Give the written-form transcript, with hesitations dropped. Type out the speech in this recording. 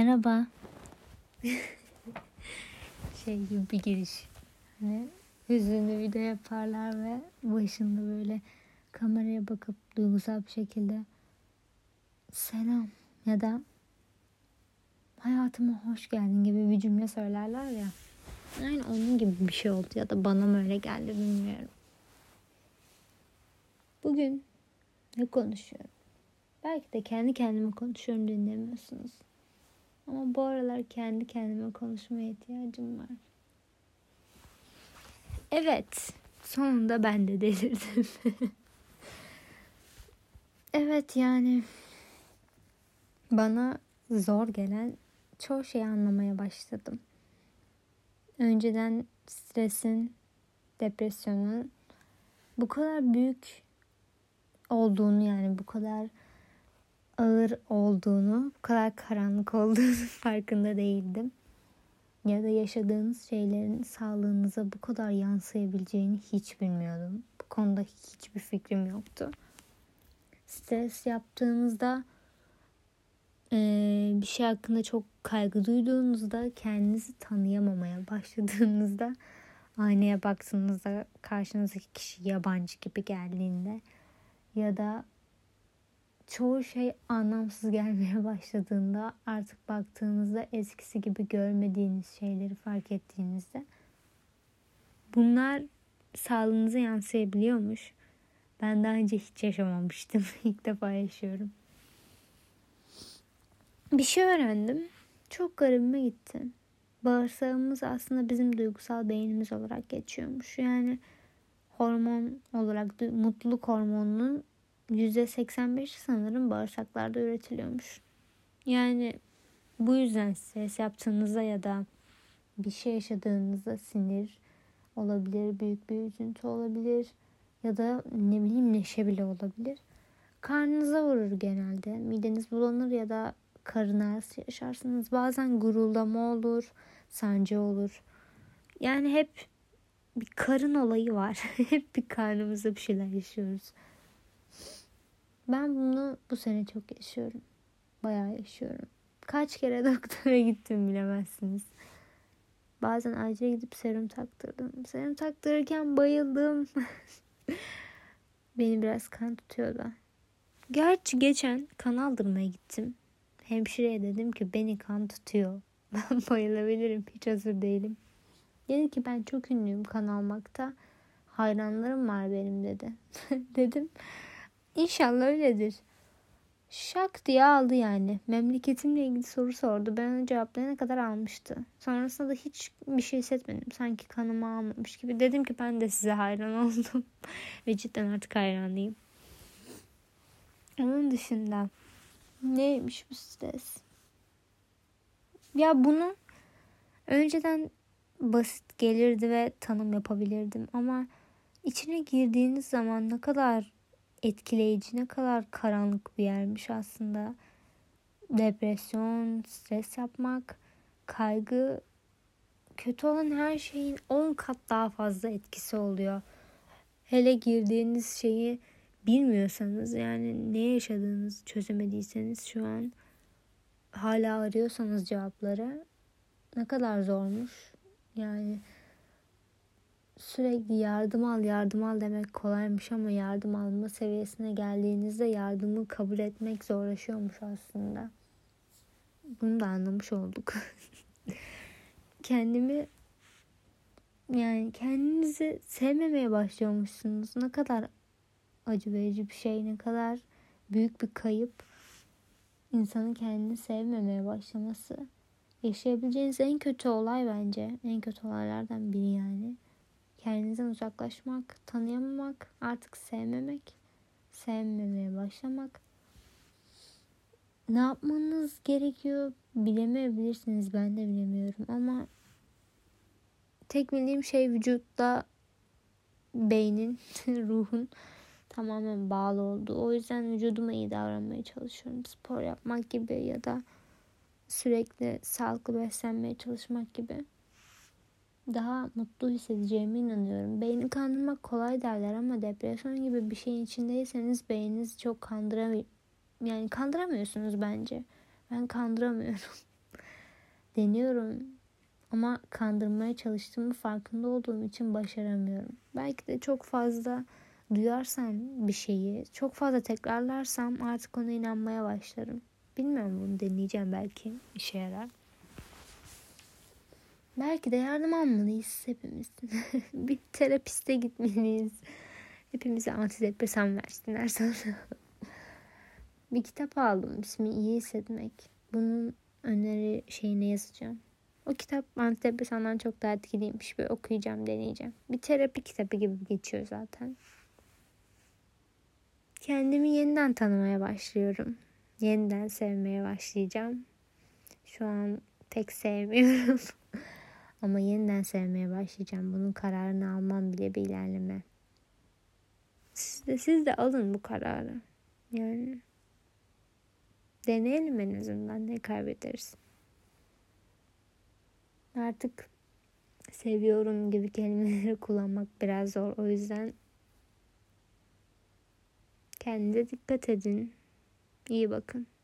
Merhaba. Gibi bir giriş. Hani hüzünlü video yaparlar ve başında böyle kameraya bakıp duygusal bir şekilde selam ya da hayatıma hoş geldin gibi bir cümle söylerler ya. Aynı onun gibi bir şey oldu ya da bana mı öyle geldi bilmiyorum. Bugün ne konuşuyorum? Belki de kendi kendime konuşuyorum, dinlemiyorsunuz. Ama bu aralar kendi kendime konuşmaya ihtiyacım var. Evet, sonunda ben de delirdim. Evet, yani bana zor gelen çoğu şeyi anlamaya başladım. Önceden stresin, depresyonun bu kadar büyük olduğunu, yani bu kadar ağır olduğunu, bu kadar karanlık olduğunu farkında değildim. Ya da yaşadığınız şeylerin sağlığınıza bu kadar yansıyabileceğini hiç bilmiyordum. Bu konuda hiçbir fikrim yoktu. Stres yaptığınızda, bir şey hakkında çok kaygı duyduğunuzda, kendinizi tanıyamamaya başladığınızda, aynaya baktığınızda karşınızdaki kişi yabancı gibi geldiğinde ya da çoğu şey anlamsız gelmeye başladığında, artık baktığınızda eskisi gibi görmediğiniz şeyleri fark ettiğinizde, bunlar sağlığınıza yansıyabiliyormuş. Ben daha önce hiç yaşamamıştım. İlk defa yaşıyorum. Bir şey öğrendim. Çok garibime gitti. Bağırsağımız aslında bizim duygusal beynimiz olarak geçiyormuş. Yani hormon olarak mutluluk hormonunun %85'i sanırım bağırsaklarda üretiliyormuş. Yani bu yüzden stres yaptığınızda ya da bir şey yaşadığınızda sinir olabilir, büyük bir üzüntü olabilir ya da ne bileyim neşe bile olabilir. Karnınıza vurur genelde. Mideniz bulanır ya da karın ağrısı yaşarsınız. Bazen guruldama olur, sancı olur. Yani hep bir karın olayı var. Hep bir karnımızda bir şeyler yaşıyoruz. Ben bunu bu sene çok yaşıyorum. Bayağı yaşıyorum. Kaç kere doktora gittim bilemezsiniz. Bazen acile gidip serum taktırdım. Serum taktırırken bayıldım. Beni biraz kan tutuyordu. Gerçi geçen kan aldırmaya gittim. Hemşireye dedim ki beni kan tutuyor. Ben bayılabilirim. Hiç hazır değilim. Dedi ki ben çok ünlüyüm kan almakta. Hayranlarım var benim dedi. Dedim İnşallah öyledir. Şak diye aldı yani. Memleketimle ilgili soru sordu. Ben onu cevaplayana kadar almıştı. Sonrasında da hiç bir şey hissetmedim. Sanki kanımı almamış gibi. Dedim ki ben de size hayran oldum. Ve cidden artık hayranıyım. Onun dışında neymiş bu stres? Ya bunu önceden basit gelirdi ve tanım yapabilirdim. Ama içine girdiğiniz zaman ne kadar etkileyici, ne kadar karanlık bir yermiş aslında. Depresyon, stres yapmak, kaygı, kötü olan her şeyin 10 kat daha fazla etkisi oluyor. Hele girdiğiniz şeyi bilmiyorsanız, yani ne yaşadığınızı çözemediyseniz, şu an hala arıyorsanız cevapları, ne kadar zormuş. Yani sürekli yardım al demek kolaymış ama yardım alma seviyesine geldiğinizde yardımı kabul etmek zorlaşıyormuş aslında. Bunu da anlamış olduk. Kendinizi sevmemeye başlıyormuşsunuz. Ne kadar acı verici bir şey, ne kadar büyük bir kayıp. İnsanın kendini sevmemeye başlaması. Yaşayabileceğiniz en kötü olay bence. En kötü olaylardan biri yani. Kendinizden uzaklaşmak, tanıyamamak, artık sevmemek, sevmemeye başlamak. Ne yapmanız gerekiyor bilemeyebilirsiniz. Ben de bilemiyorum ama tek bildiğim şey vücutta beynin, ruhun tamamen bağlı olduğu. O yüzden vücuduma iyi davranmaya çalışıyorum. Spor yapmak gibi ya da sürekli sağlıklı beslenmeye çalışmak gibi. Daha mutlu hissedeceğime inanıyorum. Beyni kandırmak kolay derler ama depresyon gibi bir şeyin içindeyseniz beyninizi çok kandıramıyorsunuz bence. Ben kandıramıyorum. deniyorum ama kandırmaya çalıştığımı farkında olduğum için başaramıyorum. Belki de çok fazla duyarsam bir şeyi, çok fazla tekrarlarsam artık ona inanmaya başlarım. Bilmiyorum, bunu deneyeceğim, belki işe yarar. Belki de yardım almalıyız hepimiz. Bir terapiste gitmeliyiz. Hepimize antidepresan versinler sonra. Bir kitap aldım. İsmi İyi Hissetmek. Bunun öneri şeyine yazacağım. O kitap antidepresandan çok daha etkiliymiş. Böyle okuyacağım, deneyeceğim. Bir terapi kitabı gibi geçiyor zaten. Kendimi yeniden tanımaya başlıyorum. Yeniden sevmeye başlayacağım. Şu an pek sevmiyorum. Ama yeniden sevmeye başlayacağım. Bunun kararını almam bile bir ilerleme. Siz de alın bu kararı. Yani deneyelim en azından, ne kaybederiz. Artık seviyorum gibi kelimeleri kullanmak biraz zor. O yüzden kendinize dikkat edin. İyi bakın.